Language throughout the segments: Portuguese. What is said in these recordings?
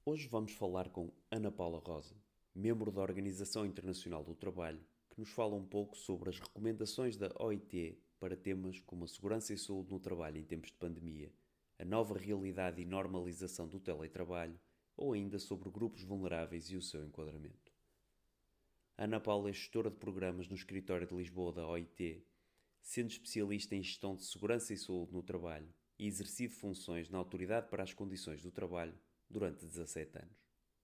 Hoje vamos falar com Ana Paula Rosa, membro da Organização Internacional do Trabalho, que nos fala um pouco sobre as recomendações da OIT para temas como a segurança e saúde no trabalho em tempos de pandemia, a nova realidade e normalização do teletrabalho ou ainda sobre grupos vulneráveis e o seu enquadramento. Ana Paula é gestora de programas no escritório de Lisboa da OIT, sendo especialista em gestão de segurança e saúde no trabalho e exercido funções na Autoridade para as Condições do Trabalho durante 17 anos.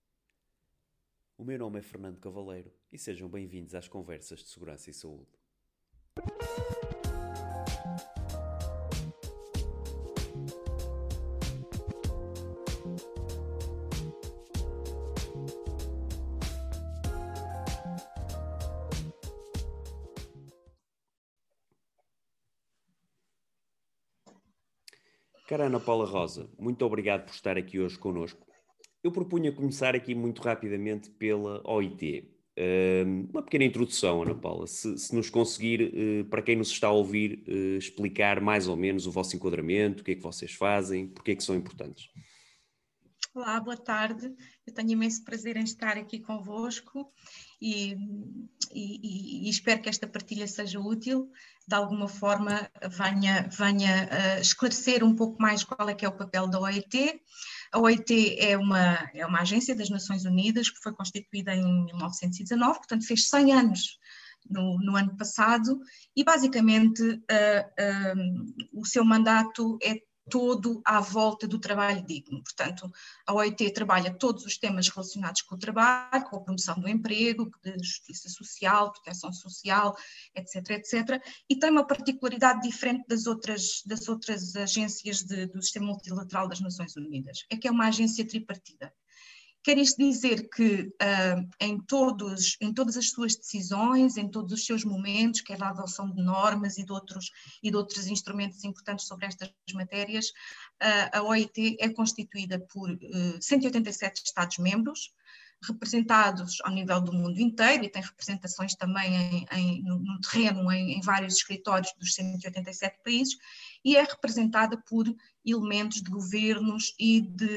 O meu nome é Fernando Cavaleiro e sejam bem-vindos às Conversas de Segurança e Saúde. Cara Ana Paula Rosa, muito obrigado por estar aqui hoje connosco. Eu propunha começar aqui muito rapidamente pela OIT. Uma pequena introdução, Ana Paula, se nos conseguir, para quem nos está a ouvir, explicar mais ou menos o vosso enquadramento, o que é que vocês fazem, porque é que são importantes. Olá, boa tarde. Eu tenho imenso prazer em estar aqui convosco e espero que esta partilha seja útil, de alguma forma venha esclarecer um pouco mais qual é que é o papel da OIT. A OIT é uma agência das Nações Unidas que foi constituída em 1919, portanto fez 100 anos no ano passado e basicamente o seu mandato é todo à volta do trabalho digno. Portanto, a OIT trabalha todos os temas relacionados com o trabalho, com a promoção do emprego, de justiça social, proteção social, etc, etc. E tem uma particularidade diferente das outras agências do Sistema Multilateral das Nações Unidas. É que é uma agência tripartida. Quer isto dizer que em todas as suas decisões, em todos os seus momentos, quer na adoção de normas e de outros instrumentos importantes sobre estas matérias, a OIT é constituída por 187 Estados-membros, representados ao nível do mundo inteiro e tem representações também no terreno em vários escritórios dos 187 países e é representada por elementos de governos e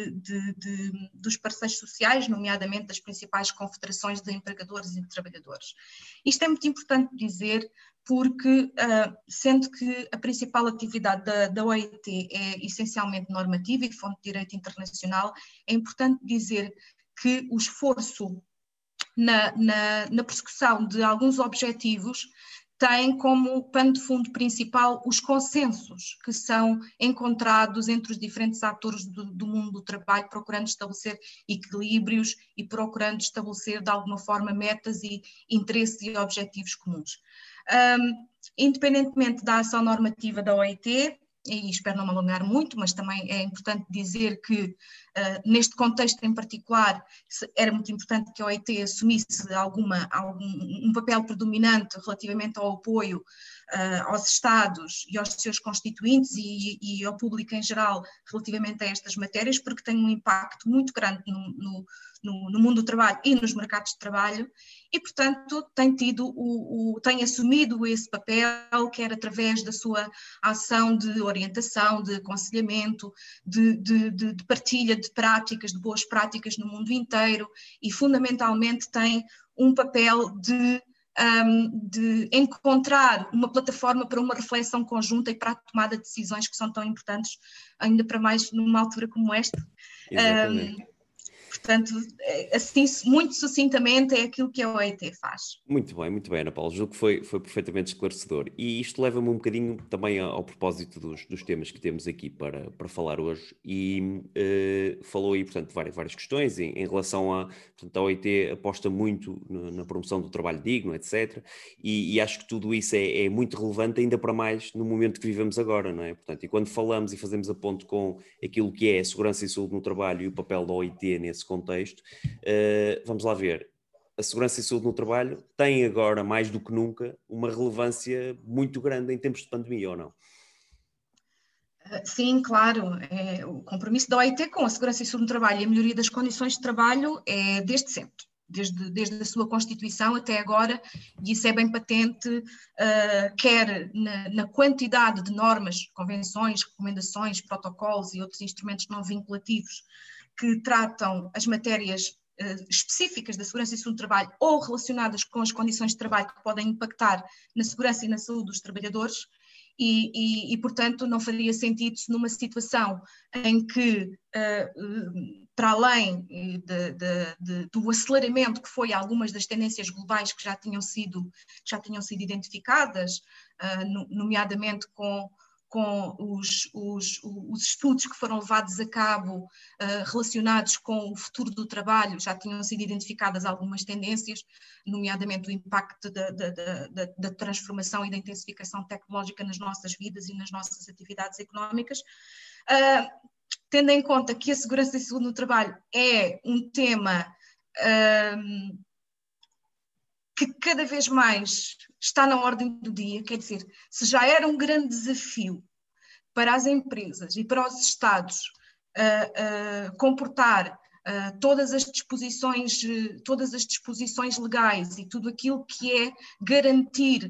dos parceiros sociais, nomeadamente das principais confederações de empregadores e de trabalhadores. Isto é muito importante dizer porque, sendo que a principal atividade da OIT é essencialmente normativa e fonte de direito internacional, é importante dizer que o esforço na persecução de alguns objetivos tem como pano de fundo principal os consensos que são encontrados entre os diferentes atores do mundo do trabalho, procurando estabelecer equilíbrios e procurando estabelecer de alguma forma metas e interesses e objetivos comuns. Independentemente da ação normativa da OIT, e espero não me alongar muito, mas também é importante dizer que neste contexto em particular era muito importante que a OIT assumisse um papel predominante relativamente ao apoio aos Estados e aos seus constituintes e ao público em geral relativamente a estas matérias, porque tem um impacto muito grande no mundo do trabalho e nos mercados de trabalho e, portanto, tem assumido esse papel, quer através da sua ação de orientação, de aconselhamento, de partilha de práticas, de boas práticas no mundo inteiro e, fundamentalmente, tem um papel de encontrar uma plataforma para uma reflexão conjunta e para a tomada de decisões que são tão importantes, ainda para mais numa altura como esta. Exatamente. Portanto, assim, muito sucintamente, é aquilo que a OIT faz. Muito bem, Ana Paula. Julgo que foi perfeitamente esclarecedor. E isto leva-me um bocadinho também ao propósito dos temas que temos aqui para falar hoje. E falou aí, portanto, de várias questões em relação portanto, a OIT aposta muito na promoção do trabalho digno, etc. E acho que tudo isso é muito relevante, ainda para mais no momento que vivemos agora, não é? Portanto, e quando falamos e fazemos a ponte com aquilo que é a segurança e saúde no trabalho e o papel da OIT nesse contexto, vamos lá ver. A segurança e saúde no trabalho tem agora, mais do que nunca, uma relevância muito grande em tempos de pandemia, ou não? Sim, claro. O compromisso da OIT com a segurança e saúde no trabalho e a melhoria das condições de trabalho é desde sempre. desde a sua constituição até agora, e isso é bem patente, quer na quantidade de normas, convenções, recomendações, protocolos e outros instrumentos não vinculativos que tratam as matérias específicas da segurança e saúde do trabalho ou relacionadas com as condições de trabalho que podem impactar na segurança e na saúde dos trabalhadores. E, portanto, não faria sentido se numa situação em que, para além do aceleramento que foi algumas das tendências globais que já tinham sido identificadas, nomeadamente com os estudos que foram levados a cabo relacionados com o futuro do trabalho, já tinham sido identificadas algumas tendências, nomeadamente o impacto da transformação e da intensificação tecnológica nas nossas vidas e nas nossas atividades económicas. Tendo em conta que a segurança e saúde no trabalho é um tema que cada vez mais está na ordem do dia, quer dizer, se já era um grande desafio para as empresas e para os Estados comportar todas as disposições legais e tudo aquilo que é garantir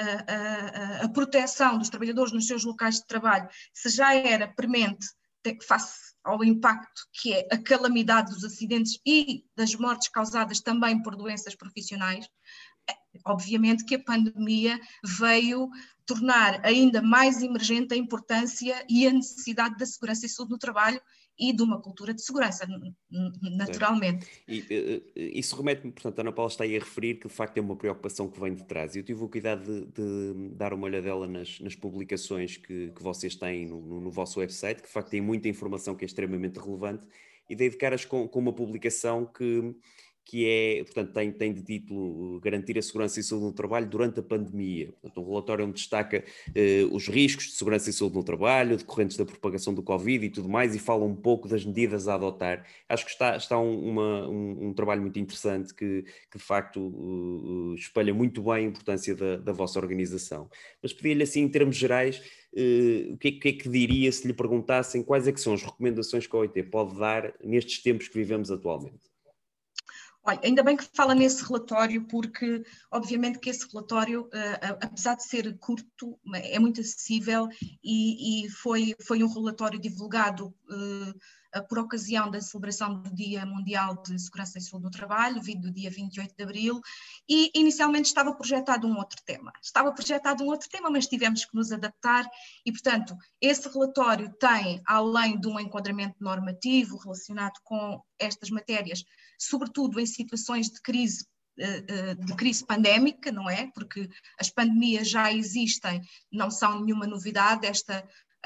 a proteção dos trabalhadores nos seus locais de trabalho, se já era premente face ao impacto que é a calamidade dos acidentes e das mortes causadas também por doenças profissionais, obviamente que a pandemia veio tornar ainda mais emergente a importância e a necessidade da segurança e saúde no trabalho e de uma cultura de segurança, naturalmente. E isso remete-me, portanto, a Ana Paula está aí a referir que de facto é uma preocupação que vem de trás. Eu tive o cuidado de dar uma olhadela nas publicações que vocês têm no vosso website, que de facto tem muita informação que é extremamente relevante, e dei de caras com uma publicação que é, portanto, tem de título Garantir a Segurança e Saúde no Trabalho durante a Pandemia. Portanto, um relatório onde destaca os riscos de segurança e saúde no trabalho, decorrentes da propagação do Covid e tudo mais, e fala um pouco das medidas a adotar. Acho que está um trabalho muito interessante que de facto espelha muito bem a importância da vossa organização. Mas pedia-lhe assim, em termos gerais, o que é que diria se lhe perguntassem quais é que são as recomendações que a OIT pode dar nestes tempos que vivemos atualmente? Olha, ainda bem que fala nesse relatório, porque obviamente que esse relatório, apesar de ser curto, é muito acessível e foi um relatório divulgado por ocasião da celebração do Dia Mundial de Segurança e Saúde no Trabalho, vindo do dia 28 de Abril, e inicialmente estava projetado um outro tema. Mas tivemos que nos adaptar e, portanto, esse relatório tem, além de um enquadramento normativo relacionado com estas matérias, sobretudo em situações de crise pandémica, não é? Porque as pandemias já existem, não são nenhuma novidade, esta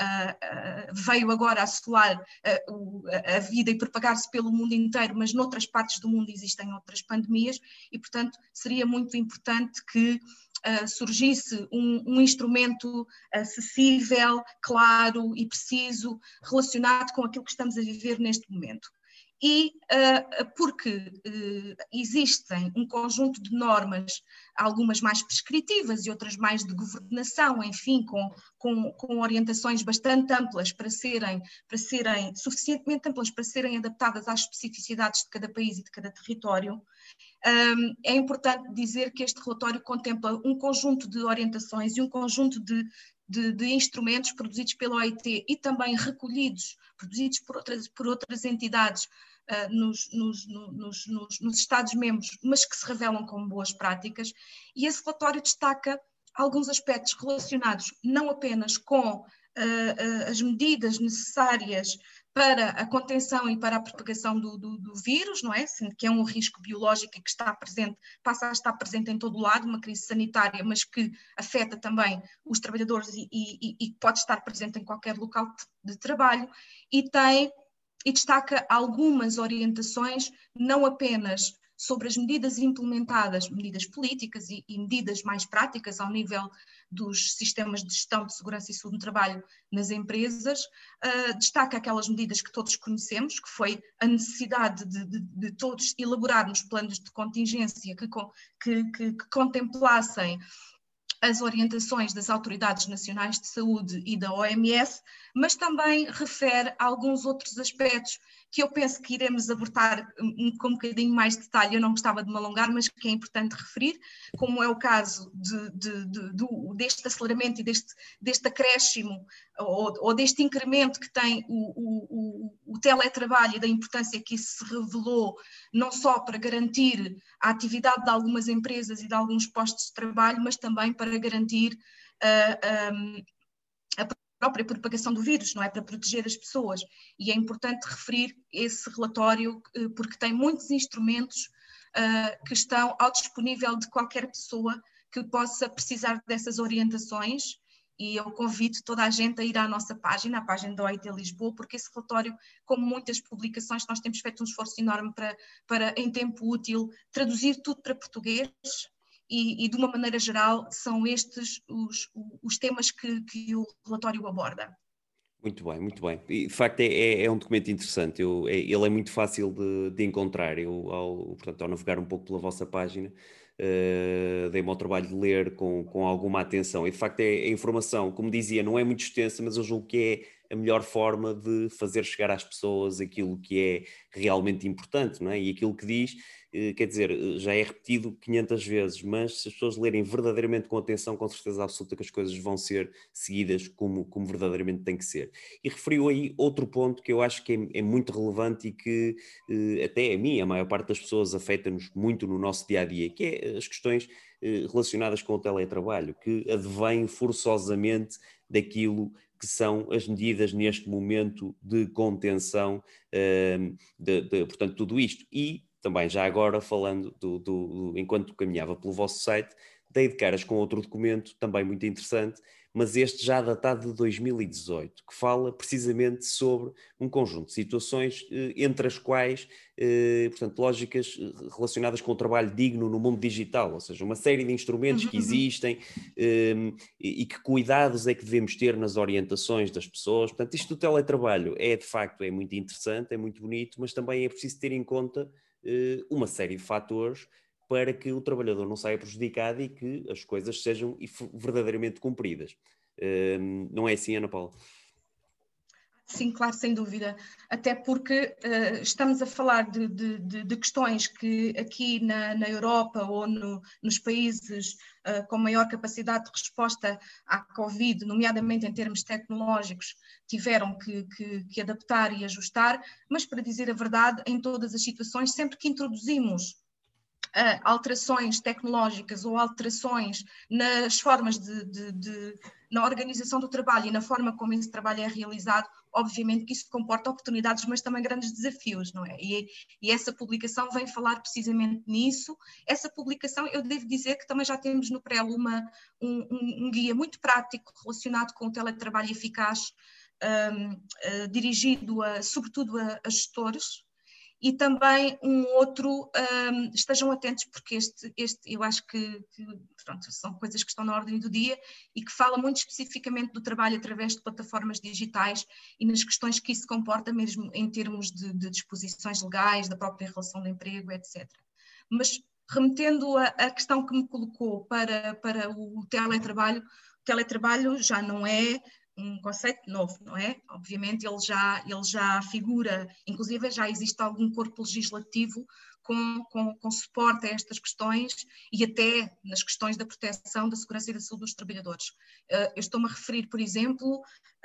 veio agora a assolar a vida e propagar-se pelo mundo inteiro, mas noutras partes do mundo existem outras pandemias e, portanto, seria muito importante que surgisse um instrumento acessível, claro e preciso relacionado com aquilo que estamos a viver neste momento. E porque existem um conjunto de normas, algumas mais prescritivas e outras mais de governação, enfim, com orientações bastante amplas para serem suficientemente amplas para serem adaptadas às especificidades de cada país e de cada território. É importante dizer que este relatório contempla um conjunto de orientações e um conjunto de instrumentos produzidos pela OIT e também produzidos por outras entidades nos Estados-membros, mas que se revelam como boas práticas, e esse relatório destaca alguns aspectos relacionados não apenas com as medidas necessárias para a contenção e para a propagação do vírus, não é? Sendo que é um risco biológico que está presente, passa a estar presente em todo o lado, uma crise sanitária, mas que afeta também os trabalhadores e pode estar presente em qualquer local de trabalho, e destaca algumas orientações, não apenas sobre as medidas implementadas, medidas políticas e medidas mais práticas ao nível dos sistemas de gestão de segurança e saúde no trabalho nas empresas, destaca aquelas medidas que todos conhecemos, que foi a necessidade de todos elaborarmos planos de contingência que contemplassem as orientações das autoridades nacionais de saúde e da OMS, mas também refere a alguns outros aspectos que eu penso que iremos abordar com um bocadinho mais de detalhe. Eu não gostava de me alongar, mas que é importante referir, como é o caso deste aceleramento e deste acréscimo ou deste incremento que tem o teletrabalho e da importância que isso se revelou, não só para garantir a atividade de algumas empresas e de alguns postos de trabalho, mas também para garantir a própria propagação do vírus, não é? Para proteger as pessoas. E é importante referir esse relatório porque tem muitos instrumentos que estão ao disponível de qualquer pessoa que possa precisar dessas orientações, e eu convido toda a gente a ir à nossa página, à página da OIT Lisboa, porque esse relatório, como muitas publicações, nós temos feito um esforço enorme para em tempo útil, traduzir tudo para português. E de uma maneira geral, são estes os temas que o relatório aborda. Muito bem, muito bem. E, de facto, é um documento interessante. Ele é muito fácil de encontrar. Portanto, ao navegar um pouco pela vossa página, dei-me ao trabalho de ler com alguma atenção. E, de facto, a informação, como dizia, não é muito extensa, mas eu julgo que é a melhor forma de fazer chegar às pessoas aquilo que é realmente importante, não é? E aquilo que diz, quer dizer, já é repetido 500 vezes, mas se as pessoas lerem verdadeiramente com atenção, com certeza absoluta que as coisas vão ser seguidas como verdadeiramente tem que ser. E referiu aí outro ponto que eu acho que é muito relevante e que até a mim, a maior parte das pessoas, afeta-nos muito no nosso dia-a-dia, que é as questões relacionadas com o teletrabalho, que advêm forçosamente daquilo que são as medidas neste momento de contenção portanto, tudo isto. E também, já agora, falando enquanto caminhava pelo vosso site, dei de caras com outro documento, também muito interessante, mas este já datado de 2018, que fala precisamente sobre um conjunto de situações, entre as quais, portanto, lógicas relacionadas com o trabalho digno no mundo digital, ou seja, uma série de instrumentos que existem e que cuidados é que devemos ter nas orientações das pessoas. Portanto, isto do teletrabalho de facto, é muito interessante, é muito bonito, mas também é preciso ter em conta uma série de fatores para que o trabalhador não saia prejudicado e que as coisas sejam verdadeiramente cumpridas. Não é assim, Ana Paula? Sim, claro, sem dúvida. Até porque estamos a falar de questões que aqui na Europa ou nos países com maior capacidade de resposta à Covid, nomeadamente em termos tecnológicos, tiveram que adaptar e ajustar, mas para dizer a verdade, em todas as situações, sempre que introduzimos alterações tecnológicas ou alterações nas formas na organização do trabalho e na forma como esse trabalho é realizado, obviamente que isso comporta oportunidades, mas também grandes desafios, não é? E essa publicação vem falar precisamente nisso. Essa publicação, eu devo dizer que também já temos no Prelo um guia muito prático relacionado com o teletrabalho eficaz, dirigido sobretudo a gestores. E também um outro, estejam atentos porque este eu acho que pronto, são coisas que estão na ordem do dia e que fala muito especificamente do trabalho através de plataformas digitais e nas questões que isso comporta mesmo em termos de disposições legais, da própria relação de emprego, etc. Mas remetendo a questão que me colocou para o teletrabalho já não é um conceito novo, não é? Obviamente ele já figura, inclusive já existe algum corpo legislativo com suporte a estas questões e até nas questões da proteção, da segurança e da saúde dos trabalhadores. Eu estou-me a referir, por exemplo,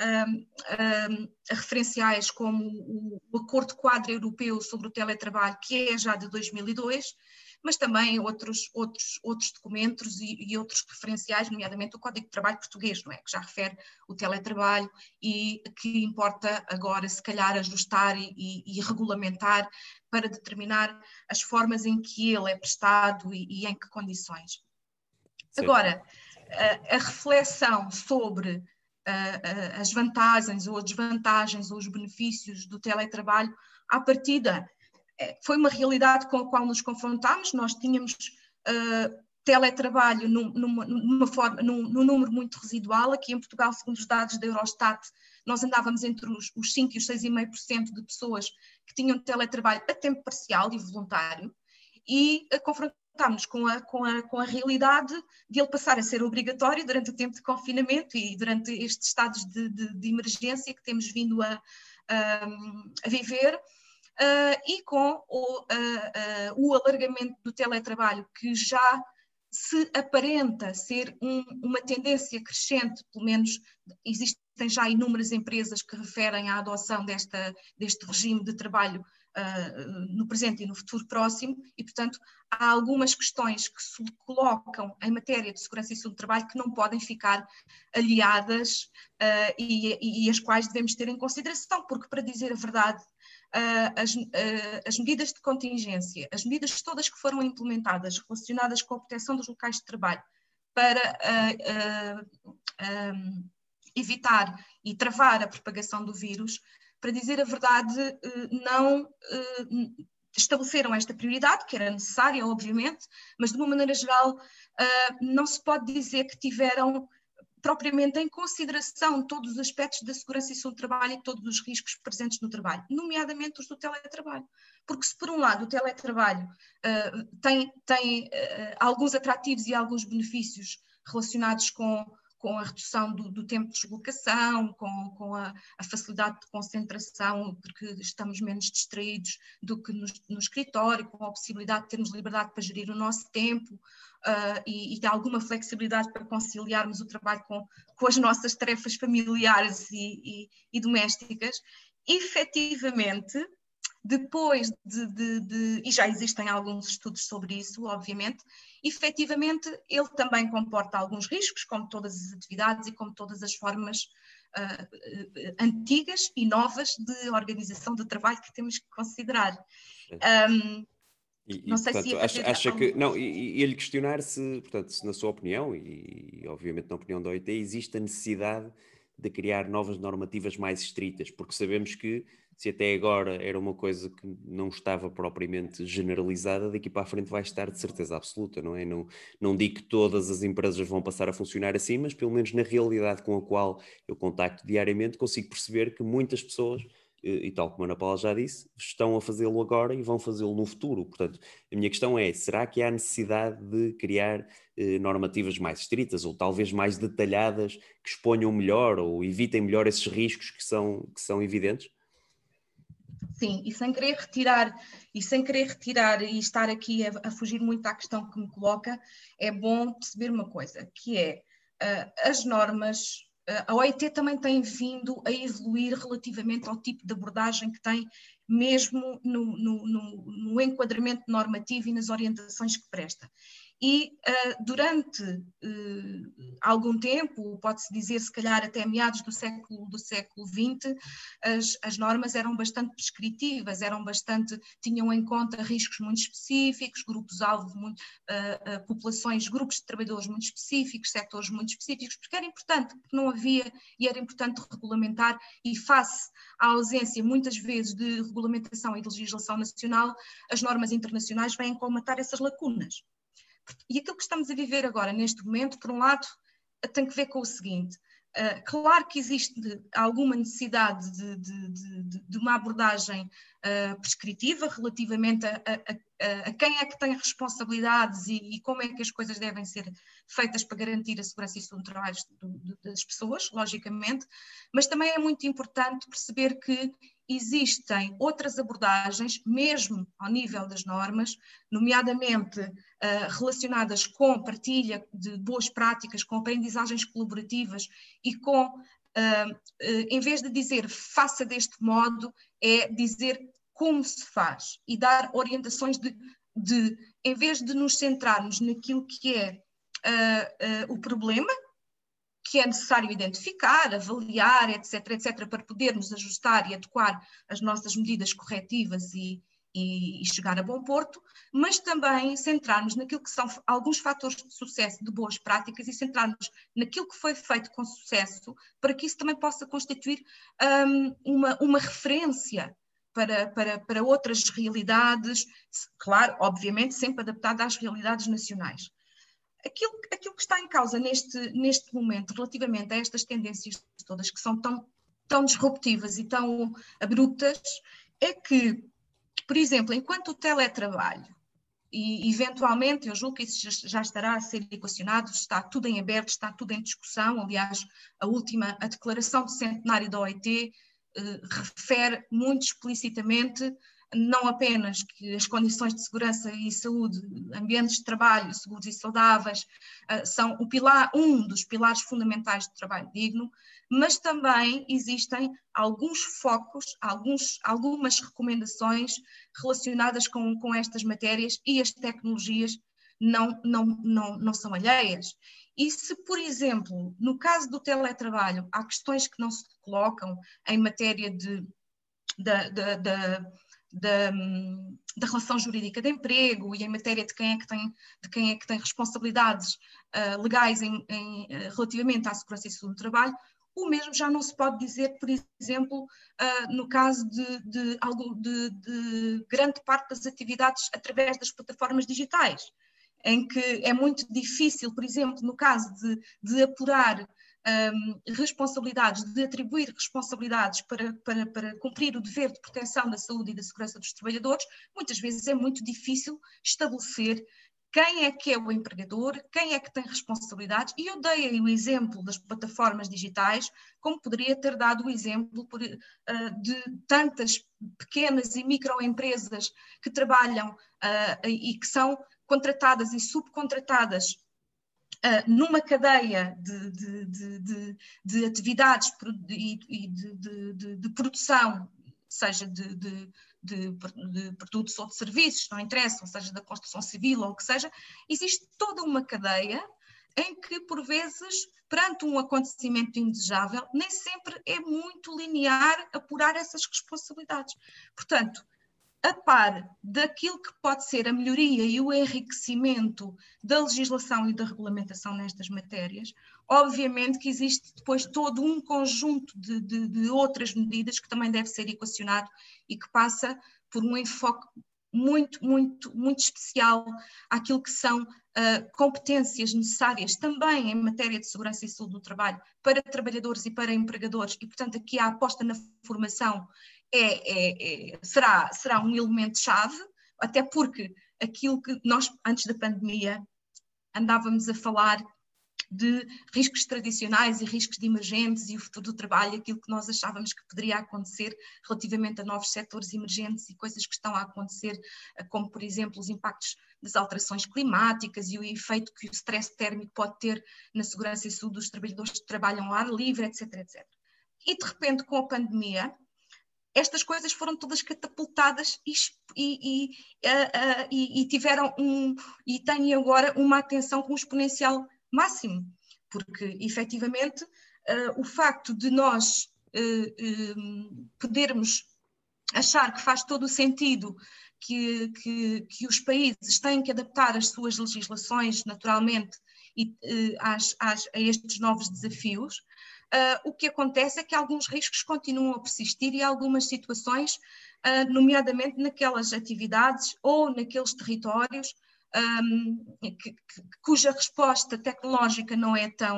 a referenciais como o Acordo Quadro Europeu sobre o Teletrabalho, que é já de 2002, mas também outros documentos e outros referenciais, nomeadamente o Código de Trabalho Português, não é? Que já refere o teletrabalho e que importa agora, se calhar, ajustar e regulamentar para determinar as formas em que ele é prestado e em que condições. Certo. Agora, a reflexão sobre as vantagens ou desvantagens ou os benefícios do teletrabalho, à partida, foi uma realidade com a qual nos confrontámos. Nós tínhamos teletrabalho num número muito residual. Aqui em Portugal, segundo os dados da Eurostat, nós andávamos entre os 5% e os 6,5% de pessoas que tinham teletrabalho a tempo parcial e voluntário, e confrontamos defrontámos com a realidade de ele passar a ser obrigatório durante o tempo de confinamento e durante estes estados de emergência que temos vindo a viver, e com o alargamento do teletrabalho, que já se aparenta ser uma tendência crescente, pelo menos existem já inúmeras empresas que referem à adoção deste regime de trabalho no presente e no futuro próximo, e, portanto, há algumas questões que se colocam em matéria de segurança e saúde do trabalho que não podem ficar aliadas e as quais devemos ter em consideração, porque, para dizer a verdade, as medidas de contingência, as medidas todas que foram implementadas relacionadas com a proteção dos locais de trabalho para evitar e travar a propagação do vírus, para dizer a verdade, não estabeleceram esta prioridade, que era necessária, obviamente, mas de uma maneira geral não se pode dizer que tiveram propriamente em consideração todos os aspectos da segurança e saúde do trabalho e todos os riscos presentes no trabalho, nomeadamente os do teletrabalho. Porque se por um lado o teletrabalho tem alguns atrativos e alguns benefícios relacionados com a redução do tempo de deslocação, com a facilidade de concentração, porque estamos menos distraídos do que no escritório, com a possibilidade de termos liberdade para gerir o nosso tempo, e de alguma flexibilidade para conciliarmos o trabalho com as nossas tarefas familiares e domésticas. Efetivamente, depois e já existem alguns estudos sobre isso, obviamente, efetivamente ele também comporta alguns riscos, como todas as atividades e como todas as formas antigas e novas de organização do trabalho que temos que considerar. Não sei, portanto, se acha que... Não, e ele questionar se, portanto, se na sua opinião, e obviamente na opinião da OIT, existe a necessidade de criar novas normativas mais estritas, porque sabemos que se até agora era uma coisa que não estava propriamente generalizada, daqui para a frente vai estar de certeza absoluta, não é? Não digo que todas as empresas vão passar a funcionar assim, mas pelo menos na realidade com a qual eu contacto diariamente, consigo perceber que muitas pessoas, e tal como a Ana Paula já disse, estão a fazê-lo agora e vão fazê-lo no futuro. Portanto, a minha questão é, será que há necessidade de criar normativas mais estritas ou talvez mais detalhadas que exponham melhor ou evitem melhor esses riscos que são evidentes? Sim, e sem querer retirar e estar aqui a fugir muito à questão que me coloca, é bom perceber uma coisa, que é as normas. A OIT também tem vindo a evoluir relativamente ao tipo de abordagem que tem, mesmo no enquadramento normativo e nas orientações que presta. E durante algum tempo, pode-se dizer se calhar até meados do século XX, as normas eram bastante prescritivas, tinham em conta riscos muito específicos, grupos-alvo, populações, grupos de trabalhadores muito específicos, setores muito específicos, porque era importante, porque não havia, e era importante regulamentar, e face à ausência muitas vezes de regulamentação e de legislação nacional, as normas internacionais vêm colmatar essas lacunas. E aquilo que estamos a viver agora, neste momento, por um lado, tem que ver com o seguinte: claro que existe alguma necessidade de uma abordagem prescritiva relativamente a quem é que tem responsabilidades e como é que as coisas devem ser feitas para garantir a segurança e saúde do trabalho das pessoas, logicamente, mas também é muito importante perceber que existem outras abordagens, mesmo ao nível das normas, nomeadamente relacionadas com partilha de boas práticas, com aprendizagens colaborativas e com, em vez de dizer faça deste modo, é dizer como se faz e dar orientações em vez de nos centrarmos naquilo que é o problema, que é necessário identificar, avaliar, etc., para podermos ajustar e adequar as nossas medidas corretivas e chegar a bom porto, mas também centrarmos naquilo que são alguns fatores de sucesso de boas práticas e centrarmos naquilo que foi feito com sucesso, para que isso também possa constituir uma referência para outras realidades, claro, obviamente sempre adaptada às realidades nacionais. Aquilo que está em causa neste momento, relativamente a estas tendências todas que são tão disruptivas e tão abruptas, é que, por exemplo, enquanto o teletrabalho e eventualmente eu julgo que isso já estará a ser equacionado, está tudo em aberto, está tudo em discussão. Aliás, a declaração do centenário da OIT refere muito explicitamente não apenas que as condições de segurança e saúde, ambientes de trabalho seguros e saudáveis, são um dos pilares fundamentais do trabalho digno, mas também existem alguns focos, algumas recomendações relacionadas com estas matérias, e as tecnologias não são alheias. E se, por exemplo, no caso do teletrabalho, há questões que não se colocam em matéria da relação jurídica de emprego e em matéria de quem é que tem responsabilidades legais relativamente à segurança e saúde do trabalho, o mesmo já não se pode dizer, por exemplo, no caso de grande parte das atividades através das plataformas digitais, em que é muito difícil, por exemplo, no caso de apurar responsabilidades, de atribuir responsabilidades para cumprir o dever de proteção da saúde e da segurança dos trabalhadores, muitas vezes é muito difícil estabelecer quem é que é o empregador, quem é que tem responsabilidades, e eu dei aí o exemplo das plataformas digitais, como poderia ter dado o exemplo de tantas pequenas e microempresas que trabalham e que são contratadas e subcontratadas numa cadeia de atividades e de produção, seja de produtos ou de serviços, não interessa, ou seja, da construção civil ou o que seja, existe toda uma cadeia em que, por vezes, perante um acontecimento indesejável, nem sempre é muito linear apurar essas responsabilidades. Portanto, a par daquilo que pode ser a melhoria e o enriquecimento da legislação e da regulamentação nestas matérias, obviamente que existe depois todo um conjunto de outras medidas que também deve ser equacionado e que passa por um enfoque muito especial àquilo que são competências necessárias também em matéria de segurança e saúde do trabalho para trabalhadores e para empregadores, e portanto aqui a aposta na formação será um elemento-chave, até porque aquilo que nós, antes da pandemia, andávamos a falar de riscos tradicionais e riscos de emergentes e o futuro do trabalho, aquilo que nós achávamos que poderia acontecer relativamente a novos setores emergentes e coisas que estão a acontecer, como, por exemplo, os impactos das alterações climáticas e o efeito que o stress térmico pode ter na segurança e saúde dos trabalhadores que trabalham ao ar livre, etc, etc. E, de repente, com a pandemia, estas coisas foram todas catapultadas e tiveram e têm agora uma atenção com um exponencial máximo, porque efetivamente o facto de nós podermos achar que faz todo o sentido que os países têm que adaptar as suas legislações naturalmente a estes novos desafios, o que acontece é que alguns riscos continuam a persistir e algumas situações, nomeadamente naquelas atividades ou naqueles territórios cuja resposta tecnológica não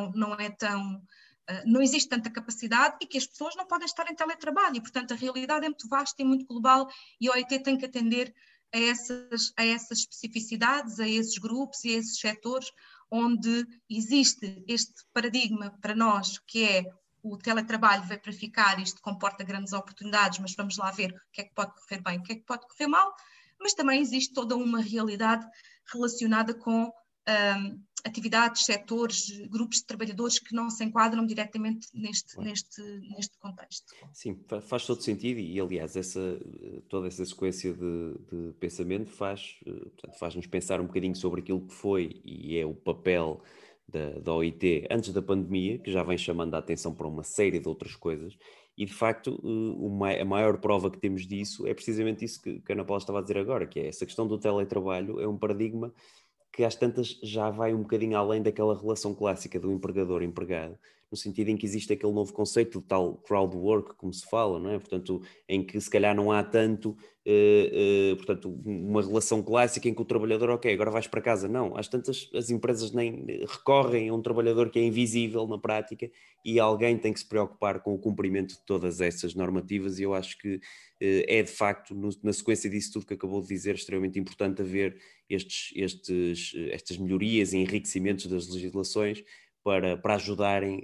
existe tanta capacidade e que as pessoas não podem estar em teletrabalho e, portanto, a realidade é muito vasta e muito global e a OIT tem que atender a essas especificidades, a esses grupos e a esses setores onde existe este paradigma para nós, que é o teletrabalho veio para ficar, isto comporta grandes oportunidades, mas vamos lá ver o que é que pode correr bem, o que é que pode correr mal, mas também existe toda uma realidade relacionada com atividades, setores, grupos de trabalhadores que não se enquadram diretamente neste contexto. Sim, faz todo sentido e aliás, toda essa sequência de pensamento faz-nos pensar um bocadinho sobre aquilo que foi e é o papel da OIT antes da pandemia, que já vem chamando a atenção para uma série de outras coisas, e de facto a maior prova que temos disso é precisamente isso que a Ana Paula estava a dizer agora, que é essa questão do teletrabalho, é um paradigma que às tantas já vai um bocadinho além daquela relação clássica do empregador-empregado, no sentido em que existe aquele novo conceito de tal crowd work, como se fala, não é? Portanto, em que se calhar não há tanto, portanto, uma relação clássica em que o trabalhador, ok, agora vais para casa. Não, às tantas as empresas nem recorrem a um trabalhador que é invisível na prática e alguém tem que se preocupar com o cumprimento de todas essas normativas, e eu acho que é de facto, na sequência disso tudo que acabou de dizer, extremamente importante haver estas melhorias e enriquecimentos das legislações para ajudarem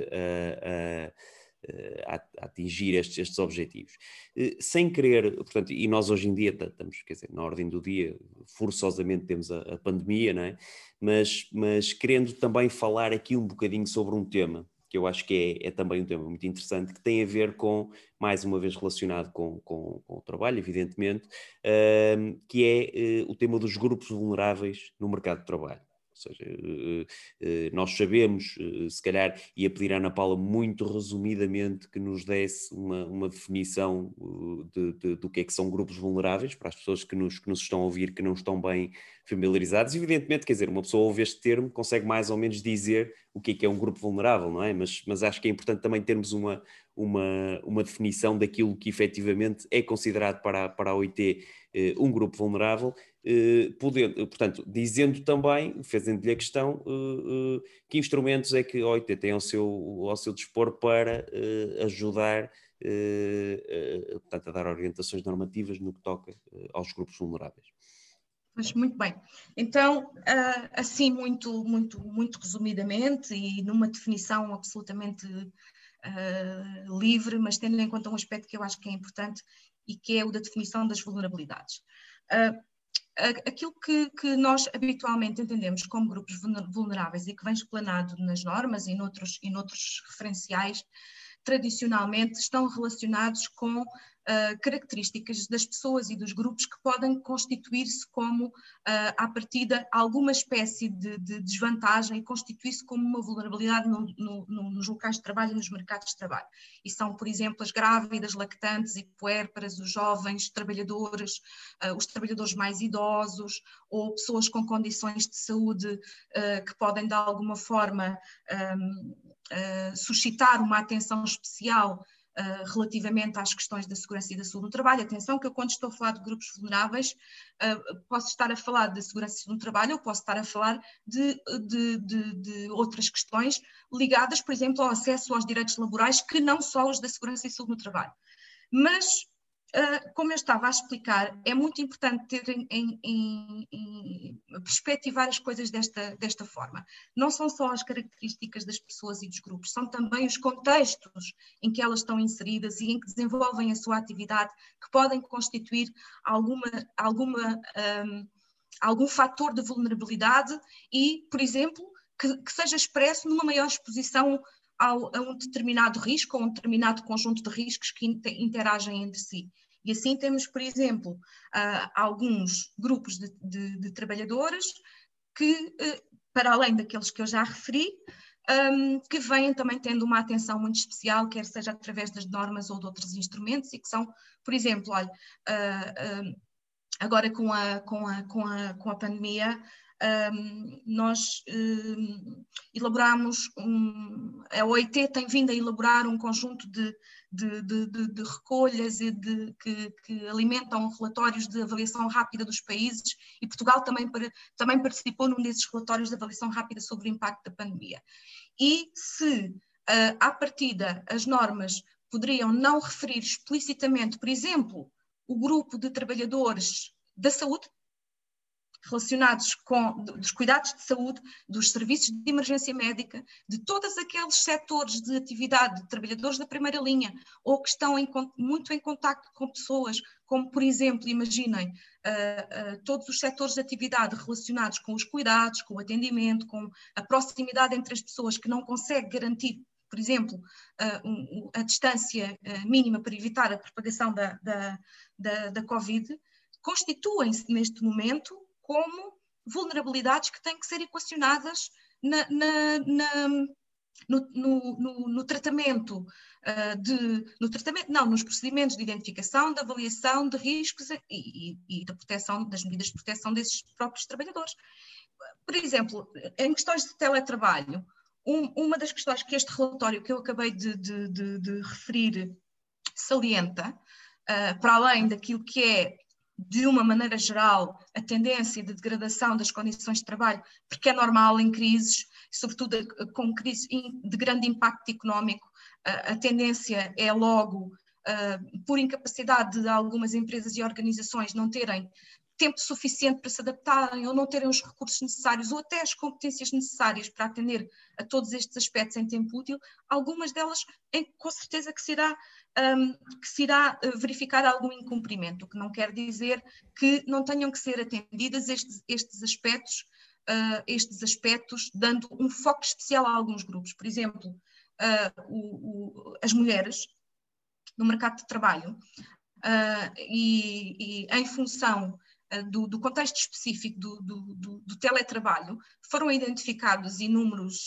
a atingir estes objetivos. Sem querer, portanto, e nós hoje em dia estamos, quer dizer, na ordem do dia, forçosamente temos a pandemia, não é? Mas querendo também falar aqui um bocadinho sobre um tema que eu acho que é também um tema muito interessante, que tem a ver com, mais uma vez relacionado com o trabalho, evidentemente, que é o tema dos grupos vulneráveis no mercado de trabalho. Ou seja, nós sabemos, se calhar, ia pedir à Ana Paula muito resumidamente que nos desse uma definição do que é que são grupos vulneráveis, para as pessoas que nos estão a ouvir, que não estão bem familiarizados. Evidentemente, quer dizer, uma pessoa ouve este termo, consegue mais ou menos dizer o que é um grupo vulnerável, não é? Mas acho que é importante também termos uma definição daquilo que efetivamente é considerado para a OIT um grupo vulnerável, portanto, dizendo também, fazendo-lhe a questão, que instrumentos é que a OIT tem ao seu dispor para ajudar portanto, a dar orientações normativas no que toca aos grupos vulneráveis. Pois, muito bem. Então, assim, muito resumidamente e numa definição absolutamente livre, mas tendo em conta um aspecto que eu acho que é importante e que é o da definição das vulnerabilidades. Aquilo que nós habitualmente entendemos como grupos vulneráveis e que vem explanado nas normas e noutros referenciais, tradicionalmente estão relacionados com características das pessoas e dos grupos que podem constituir-se como, à partida, alguma espécie de desvantagem e constituir-se como uma vulnerabilidade nos locais de trabalho e nos mercados de trabalho. E são, por exemplo, as grávidas, lactantes e puérperas, os jovens trabalhadores, os trabalhadores mais idosos ou pessoas com condições de saúde que podem, de alguma forma, suscitar uma atenção especial relativamente às questões da segurança e da saúde no trabalho. Atenção que eu, quando estou a falar de grupos vulneráveis, posso estar a falar de segurança no trabalho, ou posso estar a falar de outras questões ligadas, por exemplo, ao acesso aos direitos laborais, que não só os da segurança e saúde no trabalho. Mas, como eu estava a explicar, é muito importante ter perspectivar as coisas desta forma. Não são só as características das pessoas e dos grupos, são também os contextos em que elas estão inseridas e em que desenvolvem a sua atividade, que podem constituir algum fator de vulnerabilidade e, por exemplo, que seja expresso numa maior exposição a um determinado risco ou um determinado conjunto de riscos que interagem entre si. E assim temos, por exemplo, alguns grupos de trabalhadores que, para além daqueles que eu já referi, que vêm também tendo uma atenção muito especial, quer seja através das normas ou de outros instrumentos, e que são, por exemplo, olha, agora com a pandemia, nós elaboramos, a OIT tem vindo a elaborar um conjunto de recolhas e que alimentam relatórios de avaliação rápida dos países, e Portugal também participou num desses relatórios de avaliação rápida sobre o impacto da pandemia. E se, à partida, as normas poderiam não referir explicitamente, por exemplo, o grupo de trabalhadores da saúde, relacionados com dos cuidados de saúde, dos serviços de emergência médica, de todos aqueles setores de atividade de trabalhadores da primeira linha, ou que estão muito em contacto com pessoas, como, por exemplo, imaginem, todos os setores de atividade relacionados com os cuidados, com o atendimento, com a proximidade entre as pessoas, que não consegue garantir, por exemplo, a distância mínima para evitar a propagação da Covid, constituem-se neste momento como vulnerabilidades que têm que ser equacionadas no tratamento, nos procedimentos de identificação, de avaliação de riscos e da proteção, das medidas de proteção desses próprios trabalhadores. Por exemplo, em questões de teletrabalho, uma das questões que este relatório que eu acabei de referir salienta, para além daquilo que é, de uma maneira geral, a tendência de degradação das condições de trabalho, porque é normal em crises, sobretudo com crises de grande impacto económico, a tendência é logo, por incapacidade de algumas empresas e organizações não terem tempo suficiente para se adaptarem ou não terem os recursos necessários ou até as competências necessárias para atender a todos estes aspectos em tempo útil, algumas delas com certeza que se irá verificar algum incumprimento, o que não quer dizer que não tenham que ser atendidas estes aspectos, dando um foco especial a alguns grupos. Por exemplo, as mulheres no mercado de trabalho, e em função do contexto específico do teletrabalho, foram identificados inúmeros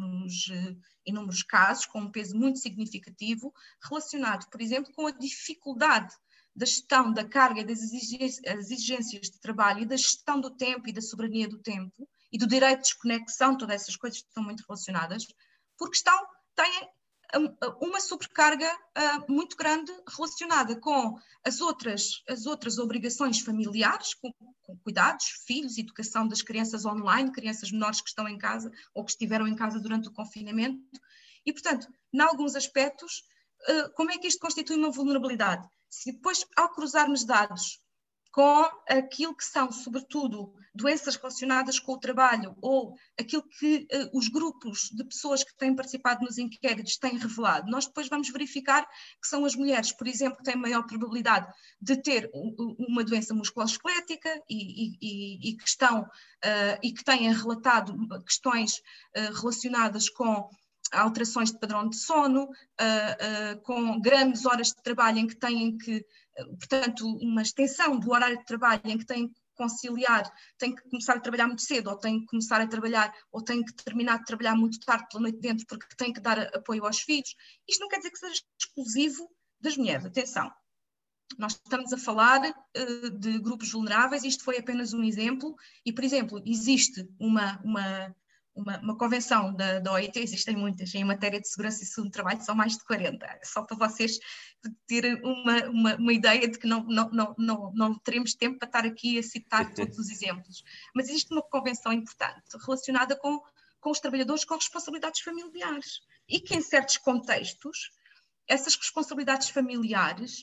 casos com um peso muito significativo, relacionado, por exemplo, com a dificuldade da gestão da carga e das exigências de trabalho e da gestão do tempo e da soberania do tempo e do direito de desconexão, todas essas coisas estão muito relacionadas, porque têm uma sobrecarga muito grande relacionada com as outras obrigações familiares, com cuidados, filhos, educação das crianças online, crianças menores que estão em casa ou que estiveram em casa durante o confinamento. E, portanto, em alguns aspectos, como é que isto constitui uma vulnerabilidade? Se depois, ao cruzarmos dados com aquilo que são, sobretudo, doenças relacionadas com o trabalho ou aquilo que os grupos de pessoas que têm participado nos inquéritos têm revelado, nós depois vamos verificar que são as mulheres, por exemplo, que têm maior probabilidade de ter uma doença musculoesquelética e que têm relatado questões relacionadas com alterações de padrão de sono, com grandes horas de trabalho em que têm que, portanto, uma extensão do horário de trabalho em que têm que conciliar, têm que começar a trabalhar muito cedo, ou têm que começar a trabalhar, ou têm que terminar de trabalhar muito tarde pela noite dentro, porque têm que dar apoio aos filhos. Isto não quer dizer que seja exclusivo das mulheres, atenção. Nós estamos a falar de grupos vulneráveis, isto foi apenas um exemplo, e, por exemplo, existe uma convenção da OIT, existem muitas, em matéria de segurança e saúde do trabalho, são mais de 40, só para vocês terem uma ideia de que não teremos tempo para estar aqui a citar todos os exemplos. Mas existe uma convenção importante relacionada com os trabalhadores com responsabilidades familiares e que, em certos contextos, essas responsabilidades familiares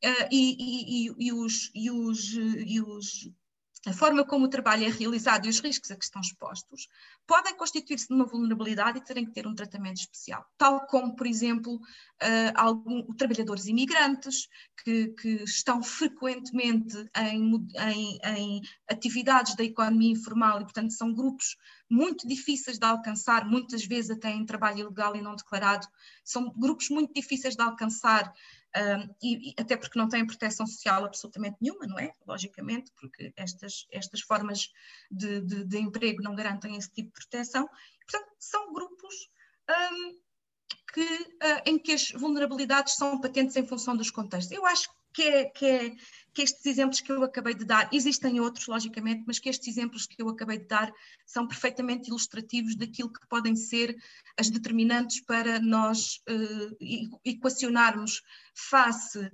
a forma como o trabalho é realizado e os riscos a que estão expostos podem constituir-se numa vulnerabilidade e terem que ter um tratamento especial, tal como, por exemplo, trabalhadores imigrantes que estão frequentemente em atividades da economia informal e, portanto, são grupos muito difíceis de alcançar, muitas vezes até em trabalho ilegal e não declarado, são grupos muito difíceis de alcançar, e até porque não têm proteção social absolutamente nenhuma, não é? Logicamente, porque estas formas de emprego não garantem esse tipo de proteção. Portanto, são grupos em que as vulnerabilidades são patentes em função dos contextos. Eu acho que estes exemplos que eu acabei de dar, existem outros, logicamente, mas que estes exemplos que eu acabei de dar são perfeitamente ilustrativos daquilo que podem ser as determinantes para nós equacionarmos face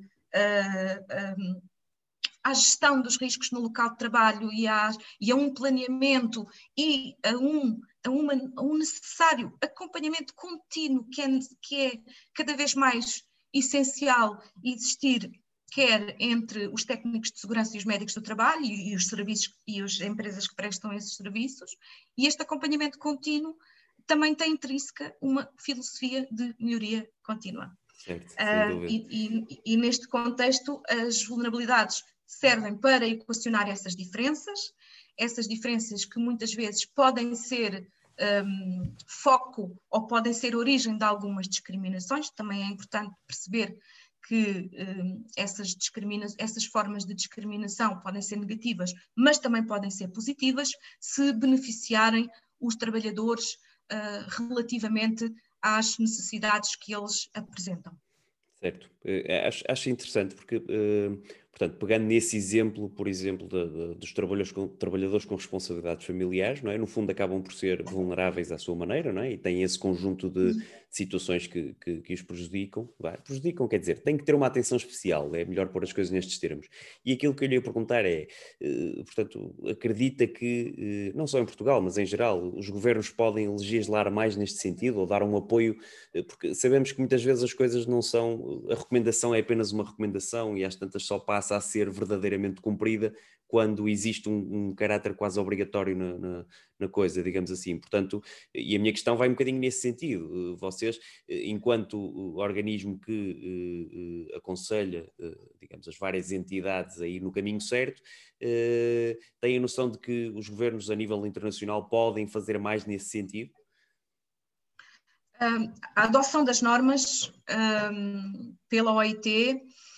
à gestão dos riscos no local de trabalho e a um planeamento e a um necessário acompanhamento contínuo que é cada vez mais essencial existir, quer entre os técnicos de segurança e os médicos do trabalho e os serviços e as empresas que prestam esses serviços, e este acompanhamento contínuo também tem intrínseca uma filosofia de melhoria contínua. Certo, sem dúvida. E neste contexto as vulnerabilidades servem para equacionar essas diferenças que muitas vezes podem ser foco ou podem ser origem de algumas discriminações. Também é importante perceber que essas formas de discriminação podem ser negativas, mas também podem ser positivas se beneficiarem os trabalhadores relativamente às necessidades que eles apresentam. Certo. Acho interessante porque, portanto, pegando nesse exemplo, por exemplo, dos trabalhadores com responsabilidades familiares, não é? No fundo acabam por ser vulneráveis à sua maneira, não é? E têm esse conjunto de situações que os prejudicam. Prejudicam, quer dizer, tem que ter uma atenção especial, é melhor pôr as coisas nestes termos. E aquilo que eu lhe ia perguntar é, portanto, acredita que, não só em Portugal, mas em geral, os governos podem legislar mais neste sentido ou dar um apoio, porque sabemos que muitas vezes as coisas não são, a recomendação é apenas uma recomendação e às tantas só passa a ser verdadeiramente cumprida quando existe um caráter quase obrigatório na coisa, digamos assim. Portanto, e a minha questão vai um bocadinho nesse sentido. Vocês, enquanto organismo que aconselha, digamos, as várias entidades a ir no caminho certo, têm a noção de que os governos a nível internacional podem fazer mais nesse sentido? A adoção das normas pela OIT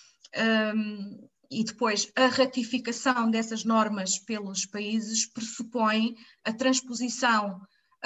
e depois a ratificação dessas normas pelos países pressupõe a transposição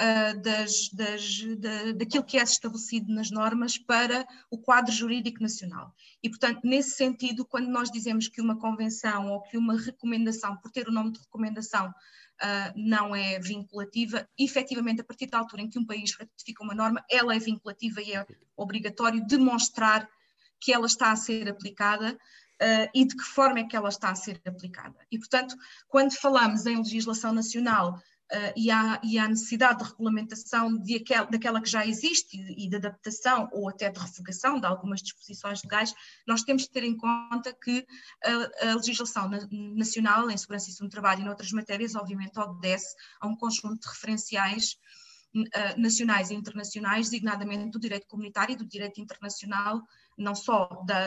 daquilo que é estabelecido nas normas para o quadro jurídico nacional. E, portanto, nesse sentido, quando nós dizemos que uma convenção ou que uma recomendação, por ter o nome de recomendação, não é vinculativa, efetivamente, a partir da altura em que um país ratifica uma norma, ela é vinculativa e é obrigatório demonstrar que ela está a ser aplicada e de que forma é que ela está a ser aplicada. E, portanto, quando falamos em legislação nacional e há necessidade de regulamentação daquela que já existe e de adaptação ou até de revogação de algumas disposições legais, nós temos de ter em conta que a legislação nacional em segurança e saúde do trabalho e noutras matérias, obviamente, obedece a um conjunto de referenciais nacionais e internacionais, designadamente do direito comunitário e do direito internacional, não só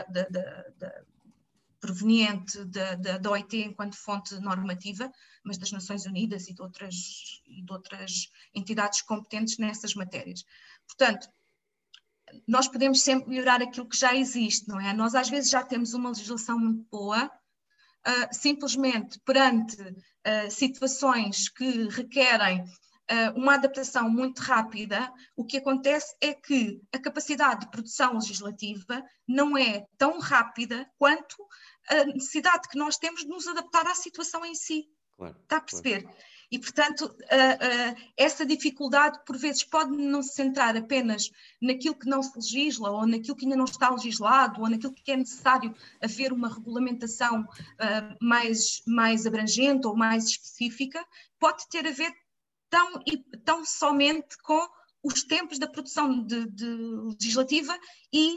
proveniente da OIT enquanto fonte normativa, mas das Nações Unidas e de outras entidades competentes nessas matérias. Portanto, nós podemos sempre melhorar aquilo que já existe, não é? Nós às vezes já temos uma legislação muito boa, simplesmente perante situações que requerem uma adaptação muito rápida, o que acontece é que a capacidade de produção legislativa não é tão rápida quanto a necessidade que nós temos de nos adaptar à situação em si. Claro, está a perceber? Claro. E, portanto, essa dificuldade, por vezes, pode não se centrar apenas naquilo que não se legisla, ou naquilo que ainda não está legislado, ou naquilo que é necessário haver uma regulamentação mais abrangente ou mais específica, pode ter a ver tão somente com os tempos da produção legislativa e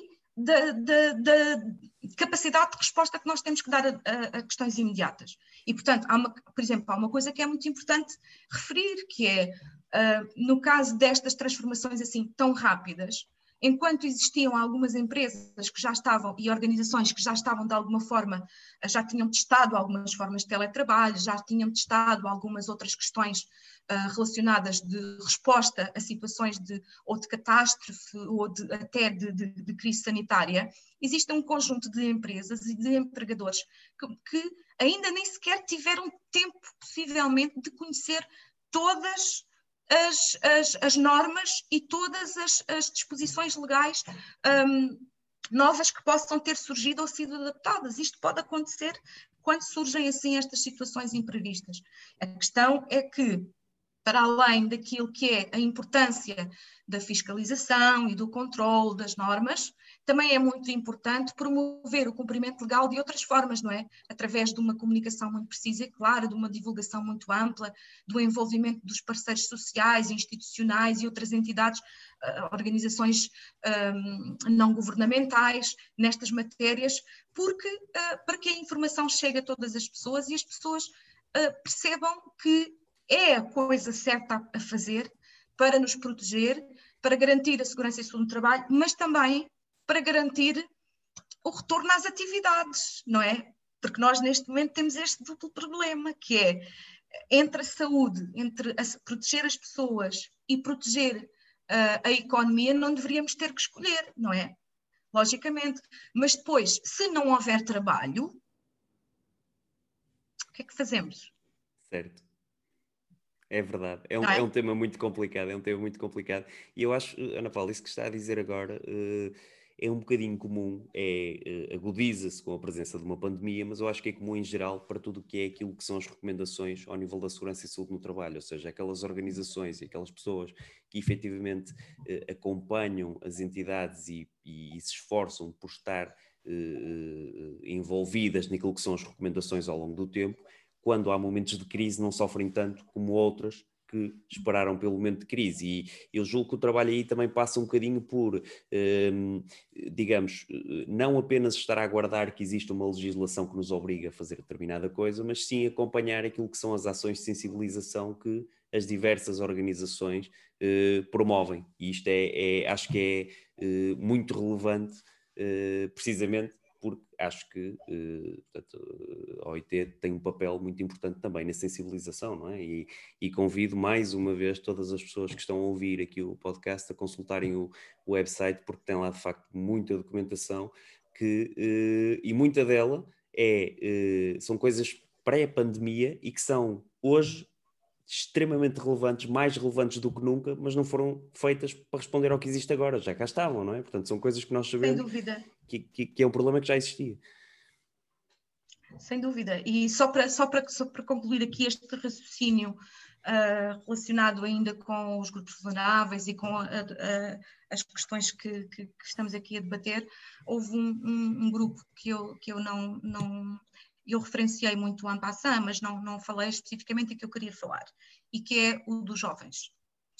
da capacidade de resposta que nós temos que dar a questões imediatas. E, portanto, por exemplo, há uma coisa que é muito importante referir, que é, no caso destas transformações assim tão rápidas, enquanto existiam algumas empresas que já estavam e organizações que já estavam de alguma forma, já tinham testado algumas formas de teletrabalho, já tinham testado algumas outras questões relacionadas de resposta a situações ou de catástrofe ou até de crise sanitária, existe um conjunto de empresas e de empregadores que ainda nem sequer tiveram tempo, possivelmente, de conhecer todas as normas e todas as disposições legais novas que possam ter surgido ou sido adaptadas. Isto pode acontecer quando surgem assim estas situações imprevistas. A questão é que, para além daquilo que é a importância da fiscalização e do controle das normas, também é muito importante promover o cumprimento legal de outras formas, não é? Através de uma comunicação muito precisa e clara, de uma divulgação muito ampla, do envolvimento dos parceiros sociais, institucionais e outras entidades, organizações não governamentais nestas matérias, porque para que a informação chegue a todas as pessoas e as pessoas percebam que é a coisa certa a fazer para nos proteger, para garantir a segurança e saúde no trabalho, mas também para garantir o retorno às atividades, não é? Porque nós neste momento temos este duplo problema, que é entre a saúde, entre proteger as pessoas e proteger a economia, não deveríamos ter que escolher, não é? Logicamente. Mas depois, se não houver trabalho, o que é que fazemos? Certo. É verdade, é Não é? um tema muito complicado, é um tema muito complicado. E eu acho, Ana Paula, isso que está a dizer agora é um bocadinho comum, agudiza-se com a presença de uma pandemia, mas eu acho que é comum em geral para tudo o que é aquilo que são as recomendações ao nível da segurança e saúde no trabalho, ou seja, aquelas organizações e aquelas pessoas que efetivamente acompanham as entidades e se esforçam por estar envolvidas naquilo que são as recomendações ao longo do tempo, quando há momentos de crise não sofrem tanto como outras que esperaram pelo momento de crise. E eu julgo que o trabalho aí também passa um bocadinho por, digamos, não apenas estar a aguardar que exista uma legislação que nos obriga a fazer determinada coisa, mas sim acompanhar aquilo que são as ações de sensibilização que as diversas organizações promovem. E isto acho que é muito relevante, precisamente porque acho que portanto, a OIT tem um papel muito importante também na sensibilização, não é? E convido mais uma vez todas as pessoas que estão a ouvir aqui o podcast a consultarem o website, porque tem lá de facto muita documentação e muita dela são coisas pré-pandemia e que são hoje extremamente relevantes, mais relevantes do que nunca, mas não foram feitas para responder ao que existe agora, já cá estavam, não é? Portanto, são coisas que nós Sem sabemos dúvida. Que é um problema que já existia. Sem dúvida. E só para concluir aqui este raciocínio relacionado ainda com os grupos vulneráveis e com as questões que estamos aqui a debater, houve um grupo que eu não eu referenciei muito en passant, mas não falei especificamente e que eu queria falar, e que é o dos jovens.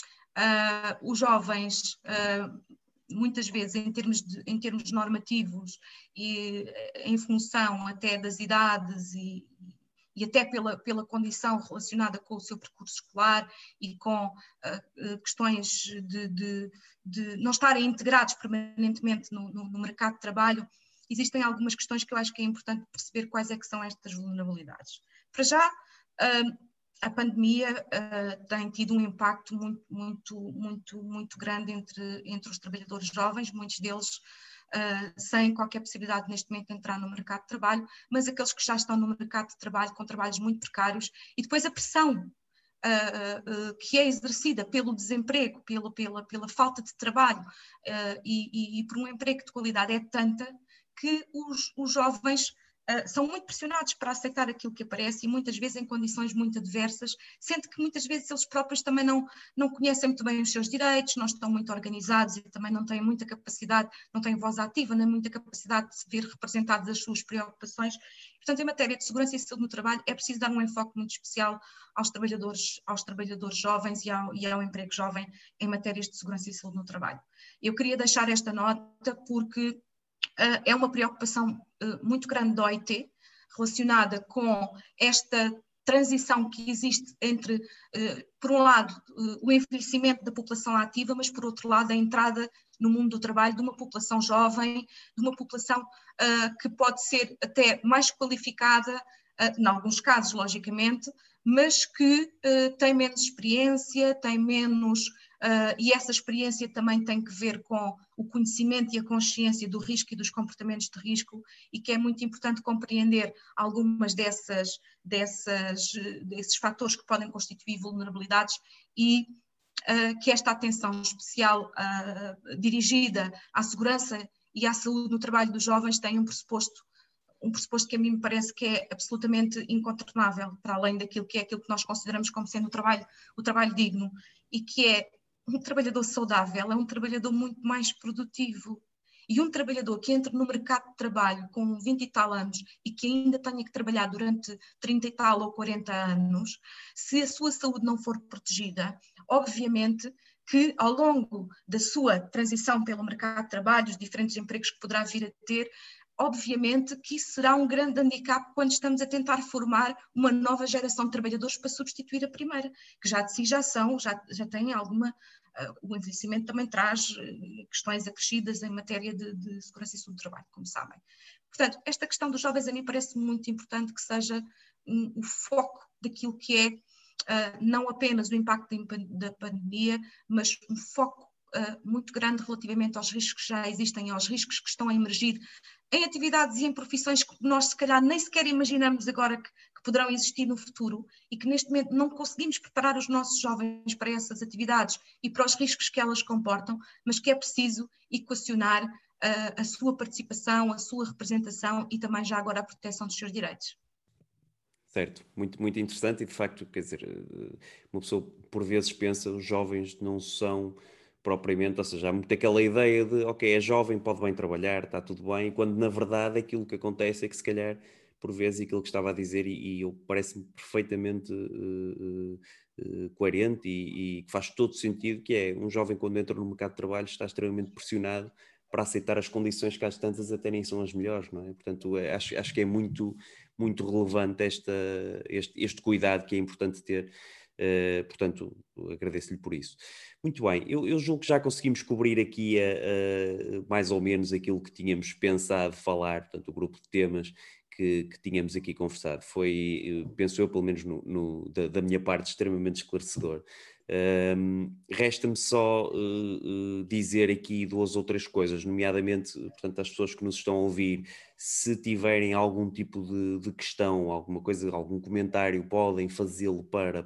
Os jovens, muitas vezes em termos normativos e em função até das idades e até pela condição relacionada com o seu percurso escolar e com questões de não estarem integrados permanentemente no mercado de trabalho, existem algumas questões que eu acho que é importante perceber quais é que são estas vulnerabilidades. Para já, a pandemia tem tido um impacto muito grande entre os trabalhadores jovens, muitos deles sem qualquer possibilidade neste momento de entrar no mercado de trabalho, mas aqueles que já estão no mercado de trabalho com trabalhos muito precários, e depois a pressão que é exercida pelo desemprego, pela falta de trabalho e por um emprego de qualidade é tanta que os jovens são muito pressionados para aceitar aquilo que aparece e muitas vezes em condições muito adversas, sendo que muitas vezes eles próprios também não conhecem muito bem os seus direitos, não estão muito organizados e também não têm muita capacidade, não têm voz ativa, nem muita capacidade de se ver representadas as suas preocupações. Portanto, em matéria de segurança e saúde no trabalho, é preciso dar um enfoque muito especial aos trabalhadores jovens e ao emprego jovem em matérias de segurança e saúde no trabalho. Eu queria deixar esta nota porque é uma preocupação muito grande da OIT, relacionada com esta transição que existe entre, por um lado, o envelhecimento da população ativa, mas por outro lado a entrada no mundo do trabalho de uma população jovem, de uma população que pode ser até mais qualificada, em alguns casos, logicamente, mas que tem menos experiência, tem menos... e essa experiência também tem que ver com o conhecimento e a consciência do risco e dos comportamentos de risco, e que é muito importante compreender algumas desses fatores que podem constituir vulnerabilidades e que esta atenção especial dirigida à segurança e à saúde no trabalho dos jovens tem um pressuposto que a mim me parece que é absolutamente incontornável, para além daquilo que nós consideramos como sendo o trabalho digno, e que é um trabalhador saudável, é um trabalhador muito mais produtivo. E um trabalhador que entra no mercado de trabalho com 20 e tal anos e que ainda tenha que trabalhar durante 30 e tal ou 40 anos, se a sua saúde não for protegida, obviamente que ao longo da sua transição pelo mercado de trabalho, os diferentes empregos que poderá vir a ter, obviamente que isso será um grande handicap quando estamos a tentar formar uma nova geração de trabalhadores para substituir a primeira, que já de si já têm alguma... O envelhecimento também traz questões acrescidas em matéria de segurança e saúde do trabalho, como sabem. Portanto, esta questão dos jovens a mim parece muito importante que seja o foco daquilo que é não apenas o impacto da pandemia, mas um foco muito grande relativamente aos riscos que já existem, aos riscos que estão a emergir em atividades e em profissões que nós se calhar nem sequer imaginamos agora que poderão existir no futuro e que neste momento não conseguimos preparar os nossos jovens para essas atividades e para os riscos que elas comportam, mas que é preciso equacionar a sua participação, a sua representação e também já agora a proteção dos seus direitos. Certo, muito, muito interessante e de facto, quer dizer, uma pessoa por vezes pensa, os jovens não são propriamente, ou seja, há muito aquela ideia de, ok, é jovem, pode bem trabalhar, está tudo bem, quando na verdade aquilo que acontece é que se calhar, por vezes, aquilo que estava a dizer e eu parece-me perfeitamente coerente e que faz todo sentido, que é um jovem quando entra no mercado de trabalho está extremamente pressionado para aceitar as condições que às tantas até nem são as melhores, não é? Portanto, acho que é muito, muito relevante este cuidado que é importante ter. Portanto, agradeço-lhe por isso. Muito bem, eu julgo que já conseguimos cobrir aqui mais ou menos aquilo que tínhamos pensado falar, portanto, o grupo de temas que tínhamos aqui conversado. Foi, penso eu, pelo menos da minha parte, extremamente esclarecedor. Resta-me só dizer aqui duas ou três coisas, nomeadamente, portanto, às pessoas que nos estão a ouvir, se tiverem algum tipo de questão, alguma coisa, algum comentário, podem fazê-lo para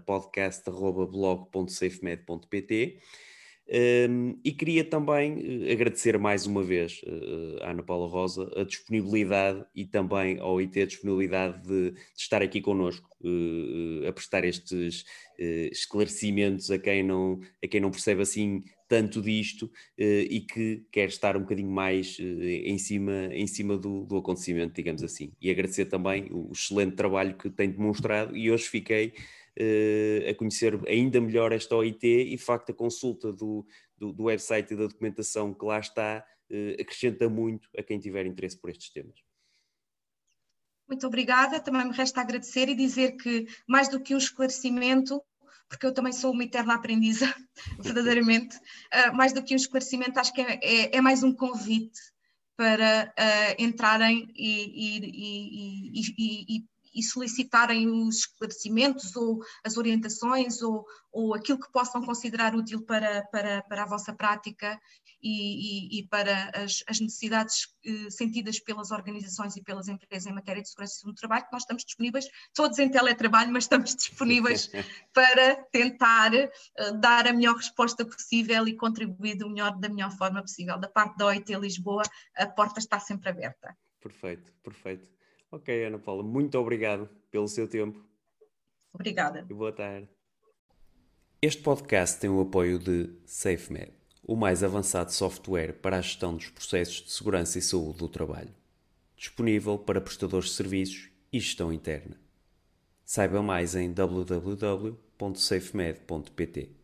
podcast@blog.safemed.pt. E queria também agradecer mais uma vez à Ana Paula Rosa a disponibilidade e também ao IT a disponibilidade de estar aqui connosco, a prestar estes esclarecimentos a quem não percebe assim tanto disto e que quer estar um bocadinho mais em cima do acontecimento, digamos assim. E agradecer também o excelente trabalho que tem demonstrado e hoje fiquei a conhecer ainda melhor esta OIT e de facto a consulta do website e da documentação que lá está acrescenta muito a quem tiver interesse por estes temas. Muito obrigada, também me resta agradecer e dizer que mais do que um esclarecimento, porque eu também sou uma eterna aprendiza, verdadeiramente, mais do que um esclarecimento, acho que é mais um convite para entrarem e solicitarem os esclarecimentos ou as orientações ou aquilo que possam considerar útil para a vossa prática e para as necessidades sentidas pelas organizações e pelas empresas em matéria de segurança no trabalho, que nós estamos disponíveis, todos em teletrabalho, mas estamos disponíveis para tentar dar a melhor resposta possível e contribuir da melhor forma possível. Da parte da OIT Lisboa, a porta está sempre aberta. Perfeito, perfeito. Ok, Ana Paula, muito obrigado pelo seu tempo. Obrigada. E boa tarde. Este podcast tem o apoio de SafeMed, o mais avançado software para a gestão dos processos de segurança e saúde do trabalho. Disponível para prestadores de serviços e gestão interna. Saiba mais em www.safemed.pt.